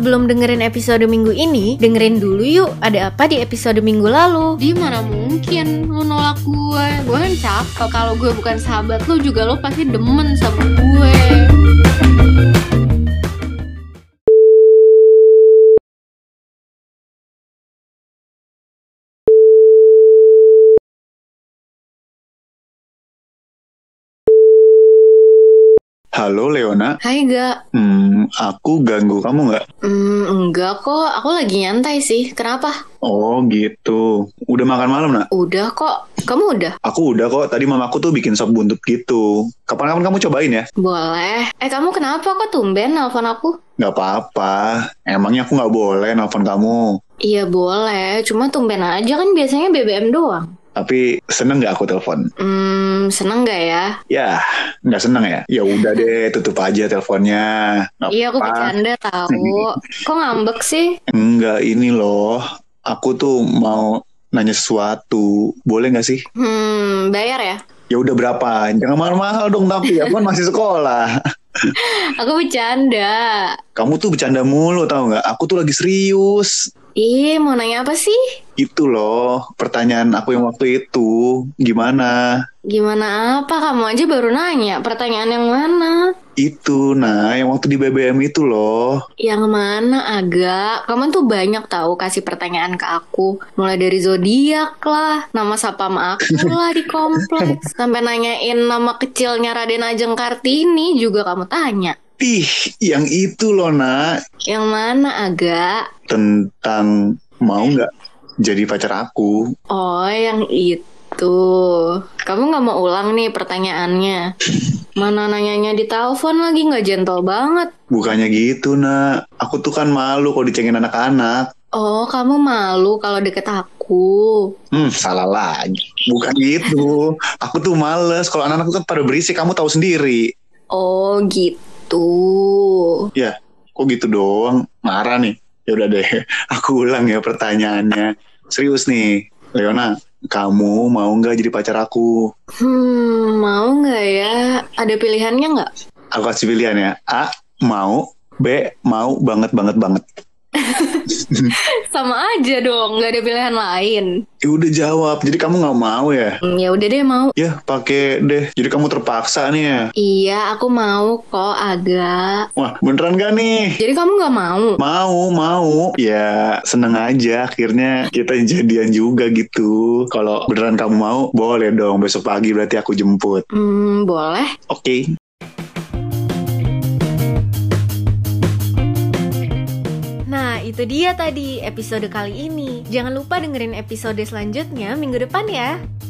sebelum dengerin episode minggu ini, dengerin dulu yuk ada apa di episode minggu lalu. Di mana mungkin lu nolak gue? Gue kan cakep. Kalau gue bukan sahabat lu juga lu pasti demen sama gue. Halo Leona, Hai Ga. aku ganggu kamu nggak? Enggak kok, aku lagi nyantai sih. Kenapa? Oh gitu, udah makan malam nak? Udah kok, kamu udah? Aku udah kok, tadi mamaku tuh bikin sop buntut gitu. Kapan-kapan kamu cobain ya? Boleh. Kamu kenapa kok tumben nelfon aku? Nggak apa-apa, emangnya aku nggak boleh nelfon kamu. Iya boleh, cuma tumben aja kan biasanya BBM doang. Tapi seneng nggak aku telepon? Seneng gak ya? Ya, nggak seneng ya? Ya udah deh, tutup aja teleponnya. Nggak Iya aku apa-apa. bercanda tahu. Kok ngambek sih? Enggak, ini loh. Aku tuh mau nanya sesuatu. Boleh nggak sih? Bayar ya? Ya udah berapa? Jangan mahal-mahal dong, tapi aku kan masih sekolah. Aku bercanda. Kamu tuh bercanda mulu tau nggak? Aku tuh lagi serius. Ih, mau nanya apa sih? Itu loh, pertanyaan aku yang waktu itu. Gimana? Gimana apa? Kamu aja baru nanya. Pertanyaan yang mana? Itu, nah, yang waktu di BBM itu loh. Yang mana agak? Kamu tuh banyak tahu kasih pertanyaan ke aku. Mulai dari zodiak lah, nama sapam aku lah di kompleks. Sampai nanyain nama kecilnya Raden Ajeng Kartini juga kamu tanya. Ih, yang itu loh, nak. Yang mana agak? Tentang mau nggak jadi pacar aku? Oh, yang itu. Kamu nggak mau ulang nih pertanyaannya? Mana nanyanya di telepon lagi, nggak gentle banget. Bukannya gitu, nak. Aku tuh kan malu kalau dicengin anak-anak. Oh, kamu malu kalau deket aku. Salah lagi. Bukan gitu. Aku tuh males. Kalau anak-anak tuh kan pada berisik, kamu tahu sendiri. Oh, gitu. Ya, kok gitu doang? Marah nih. Ya udah deh, aku ulang ya pertanyaannya. Serius nih, Leona, kamu mau nggak jadi pacar aku? Mau nggak ya? Ada pilihannya nggak? Aku kasih pilihan ya. A, mau. B, mau banget banget banget. Sama aja dong, nggak ada pilihan lain. Ya udah jawab. Jadi kamu nggak mau ya? Ya udah deh mau. Ya pakai deh. Jadi kamu terpaksa nih ya. Iya, aku mau kok agak. Wah, beneran gak nih? Jadi kamu nggak mau? Mau. Ya seneng aja. Akhirnya kita jadian juga gitu. Kalau beneran kamu mau, boleh dong. Besok pagi berarti aku jemput. Boleh. Oke. Nah, itu dia tadi episode kali ini. Jangan lupa dengerin episode selanjutnya minggu depan ya.